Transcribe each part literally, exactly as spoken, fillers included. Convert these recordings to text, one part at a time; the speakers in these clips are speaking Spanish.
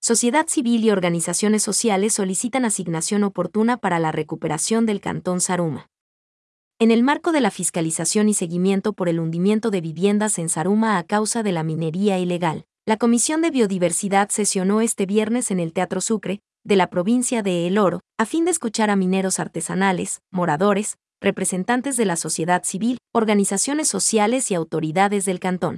Sociedad civil y organizaciones sociales solicitan asignación oportuna para la recuperación del cantón Zaruma. En el marco de la fiscalización y seguimiento por el hundimiento de viviendas en Zaruma a causa de la minería ilegal, la Comisión de Biodiversidad sesionó este viernes en el Teatro Sucre, de la provincia de El Oro, a fin de escuchar a mineros artesanales, moradores, representantes de la sociedad civil, organizaciones sociales y autoridades del cantón.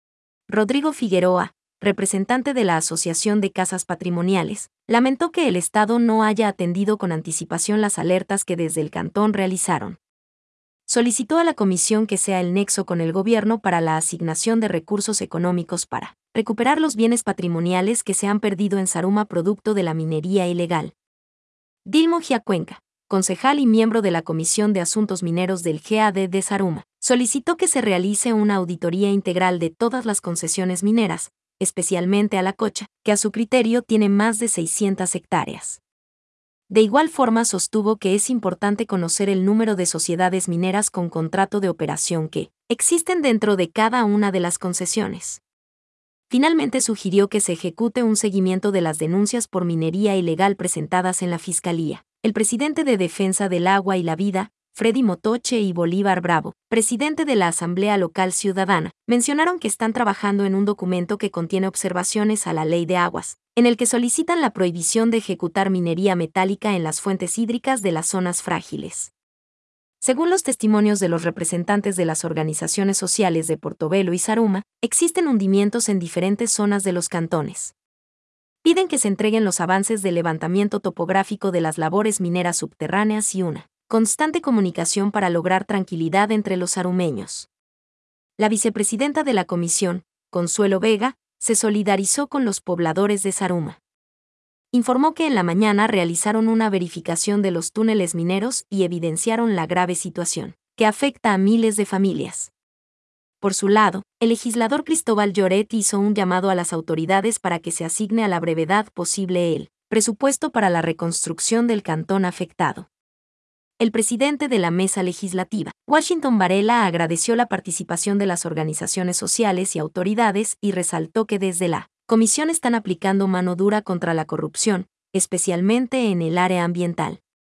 Rodrigo Figueroa, representante de la Asociación de Casas Patrimoniales, lamentó que el Estado no haya atendido con anticipación las alertas que desde el cantón realizaron. Solicitó a la comisión que sea el nexo con el gobierno para la asignación de recursos económicos para recuperar los bienes patrimoniales que se han perdido en Zaruma producto de la minería ilegal. Dilmo Giacuenca, concejal y miembro de la Comisión de Asuntos Mineros del G A D de Zaruma, solicitó que se realice una auditoría integral de todas las concesiones mineras, especialmente a la Cocha, que a su criterio tiene más de seiscientas hectáreas. De igual forma sostuvo que es importante conocer el número de sociedades mineras con contrato de operación que existen dentro de cada una de las concesiones. Finalmente sugirió que se ejecute un seguimiento de las denuncias por minería ilegal presentadas en la Fiscalía. El presidente de Defensa del Agua y la Vida, Freddy Motoche, y Bolívar Bravo, presidente de la Asamblea Local Ciudadana, mencionaron que están trabajando en un documento que contiene observaciones a la Ley de Aguas, en el que solicitan la prohibición de ejecutar minería metálica en las fuentes hídricas de las zonas frágiles. Según los testimonios de los representantes de las organizaciones sociales de Portobelo y Zaruma, existen hundimientos en diferentes zonas de los cantones. Piden que se entreguen los avances del levantamiento topográfico de las labores mineras subterráneas y una constante comunicación para lograr tranquilidad entre los zarumeños. La vicepresidenta de la comisión, Consuelo Vega, se solidarizó con los pobladores de Zaruma. Informó que en la mañana realizaron una verificación de los túneles mineros y evidenciaron la grave situación, que afecta a miles de familias. Por su lado, el legislador Cristóbal Lloret hizo un llamado a las autoridades para que se asigne a la brevedad posible el presupuesto para la reconstrucción del cantón afectado. El presidente de la mesa legislativa, Washington Varela, agradeció la participación de las organizaciones sociales y autoridades y resaltó que desde la comisión están aplicando mano dura contra la corrupción, especialmente en el área ambiental.